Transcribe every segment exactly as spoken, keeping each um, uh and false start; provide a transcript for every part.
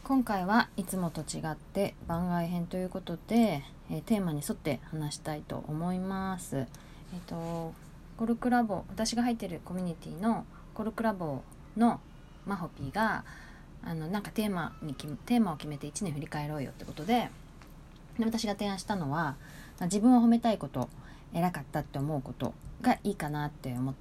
今回はいつもと違って番外編ということで、えー、テーマに沿って話したいと思います。えっ、とコルクラボ、私が入っているコミュニティのコルクラボのマホピーがあのなんかテーマにテーマを決めていちねん振り返ろうよってことで、で私が提案したのは自分を褒めたいこと、偉かったって思うことがいいかなって思って、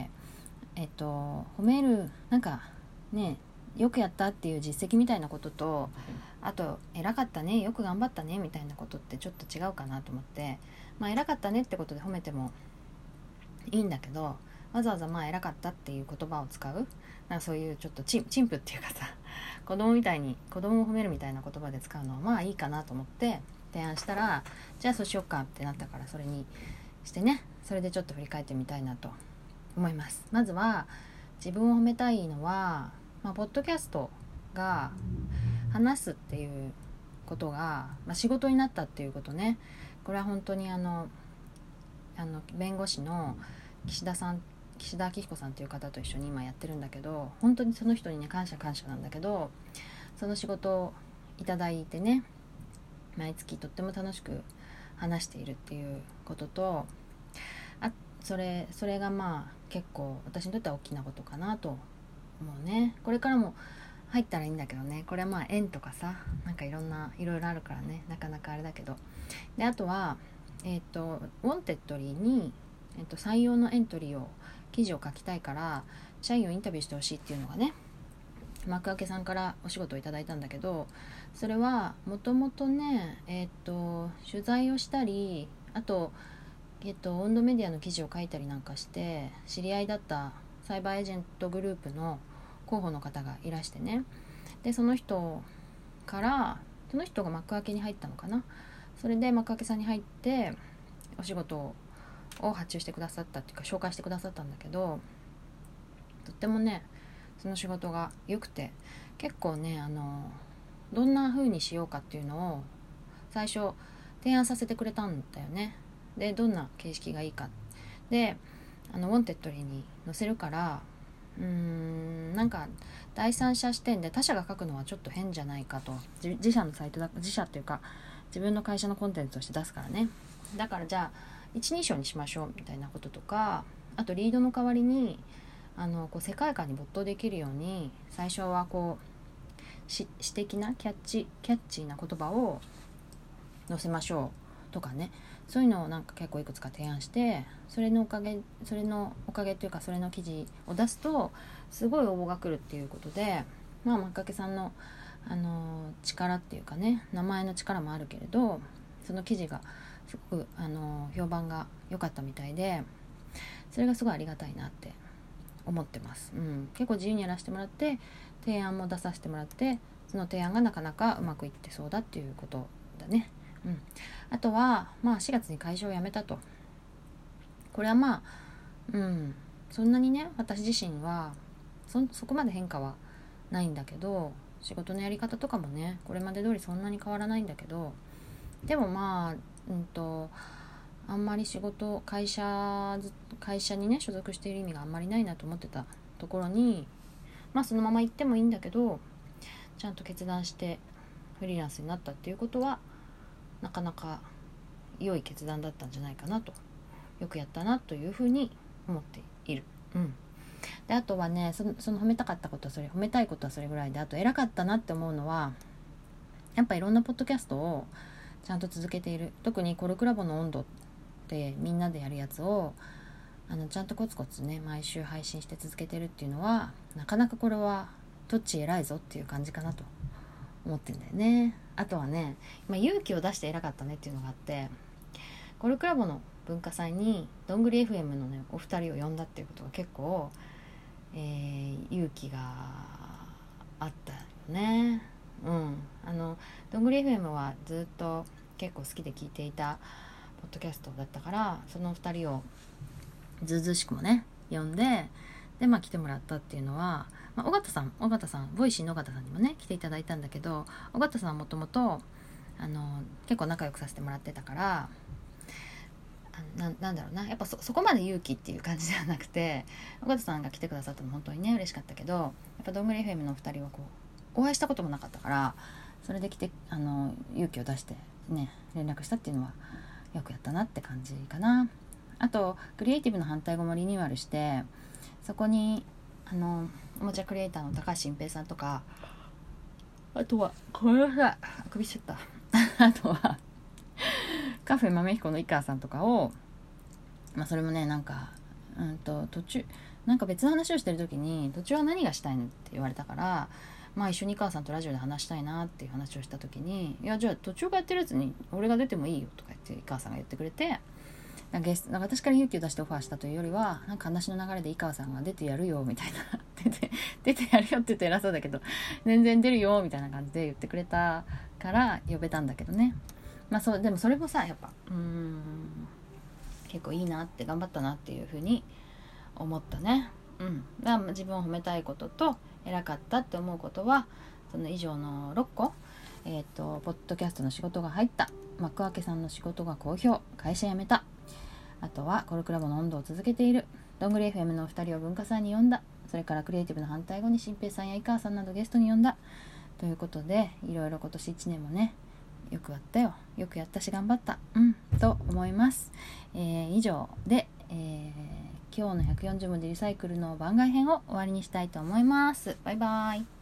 えっ、と褒めるなんかねよくやったっていう実績みたいなことと、あと偉かったね、よく頑張ったねみたいなことってちょっと違うかなと思って、まあ偉かったねってことで褒めてもいいんだけど、わざわざまあ偉かったっていう言葉を使う、なんかそういうちょっとチン、チンプっていうかさ、子供みたいに子供を褒めるみたいな言葉で使うのはまあいいかなと思って提案したら、じゃあそうしよっかってなったから、それにしてね、それでちょっと振り返ってみたいなと思います。まずは自分を褒めたいのは、まあ、ポッドキャストが話すっていうことが、まあ、仕事になったっていうことね。これは本当にあのあの弁護士の岸田さん岸田明彦さんという方と一緒に今やってるんだけど、本当にその人にね感謝感謝なんだけど、その仕事をいただいてね、毎月とっても楽しく話しているっていうことと、あそれそれがまあ結構私にとっては大きなことかなと思うね。これからも入ったらいいんだけどね、これはまあ縁とかさ、なんかいろんないろいろあるからね、なかなかあれだけど。であとはえっ、ー、とウォンテッドリーに、えー、と採用のエントリーを記事を書きたいから社員をインタビューしてほしいっていうのがね、幕開けさんからお仕事をいただいたんだけど、それはもともとね、えっ、ー、と取材をしたり、あとえっ、ー、と温度メディアの記事を書いたりなんかして知り合いだったサイバーエージェントグループの候補の方がいらしてね、でその人からその人が幕開けに入ったのかな、それで幕開けさんに入ってお仕事を発注してくださったっていうか紹介してくださったんだけど、とってもねその仕事が良くて、結構ねあのどんな風にしようかっていうのを最初提案させてくれたんだよね。でどんな形式がいいかで、あのウォンテッドリーに載せるから、うーんなんか第三者視点で他社が書くのはちょっと変じゃないかと、自社のサイトだ自社っていうか自分の会社のコンテンツとして出すからね、だからじゃあ一人称にしましょうみたいなこととか、あとリードの代わりにあのこう世界観に没頭できるように最初はこう詩的なキャッチキャッチーな言葉を載せましょうとかね、そういうのをなんか結構いくつか提案して、それのおかげそれのおかげというかそれの記事を出すとすごい応募が来るっていうことで、まあまっかけさんのあの力っていうかね、名前の力もあるけれど、その記事がすごくあの評判が良かったみたいで、それがすごいありがたいなって思ってます、うん、結構自由にやらせてもらって提案も出させてもらって、その提案がなかなかうまくいってそうだっていうことだね。うん、あとは、まあ、しがつに会社を辞めたと。これはまあ、うん、そんなにね私自身は そ, そこまで変化はないんだけど、仕事のやり方とかもねこれまで通りそんなに変わらないんだけど、でもまあ、うんとあんまり仕事会社会社にね所属している意味があんまりないなと思ってたところに、まあそのまま行ってもいいんだけど、ちゃんと決断してフリーランスになったっていうことはなかなか良い決断だったんじゃないかなと、よくやったなというふうに思っている。うん。であとはね、その、その褒めたかったことはそれ、褒めたいことはそれぐらいで、あと偉かったなって思うのは、やっぱいろんなポッドキャストをちゃんと続けている。特にコルクラボの温度ってみんなでやるやつをあのちゃんとコツコツね毎週配信して続けてるっていうのは、なかなかこれはどっち偉いぞっていう感じかなと思ってんだよね。あとはね、まあ、勇気を出して偉かったねっていうのがあって、コルクラボの文化祭にどんぐり エフエム のねお二人を呼んだっていうことが結構、えー、勇気があったよね。うん、あのどんぐり エフエム はずっと結構好きで聞いていたポッドキャストだったから、その二人をずうずうしくもね呼んで、でまあ来てもらったっていうのは、まあ、尾形さん尾形さんボイシーの尾形さんにもね来ていただいたんだけど、尾形さんはもともとあの結構仲良くさせてもらってたから、あな, なんだろうなやっぱ そ, そこまで勇気っていう感じではなくて、尾形さんが来てくださったの本当にね嬉しかったけど、やっぱどんぐり エフエム のお二人はこお会いしたこともなかったから、それで来てあの勇気を出してね連絡したっていうのはよくやったなって感じかな。あとクリエイティブの反対語もリニューアルして、そこにあのおもちゃクリエイターの高橋新平さんとか、あとはごめんなさいあくびしちゃったあとはカフェ豆彦の井川さんとかを、まあそれもねなんかうんと途中なんか別の話をしてる時に、途中は何がしたいのって言われたから、まあ一緒に井川さんとラジオで話したいなっていう話をした時に、いやじゃあ途中からやってるやつに俺が出てもいいよとか言って井川さんが言ってくれて、なんかゲスなんか私から勇気を出してオファーしたというよりは、なんか話の流れで井川さんが出てやるよみたいな出て出てやるよって言って偉そうだけど、全然出るよみたいな感じで言ってくれたから呼べたんだけどね。まあそうでもそれもさやっぱうーん結構いいなって頑張ったなっていう風に思ったね。うん。だから自分を褒めたいことと偉かったって思うことはその以上のろっこ、えっとポッドキャストの仕事が入った、幕開けさんの仕事が好評、会社辞めた、あとはコルクラボの温度を続けている、どんぐり エフエム のお二人を文化祭に呼んだ、それからクリエイティブの反対語に新平さんや井川さんなどゲストに呼んだということで、いろいろ今年いちねんもねよくやったよ、よくやったし頑張ったうんと思います。えー、以上で、えー、今日のひゃくよんじゅう文字リサイクルの番外編を終わりにしたいと思います。バイバイ。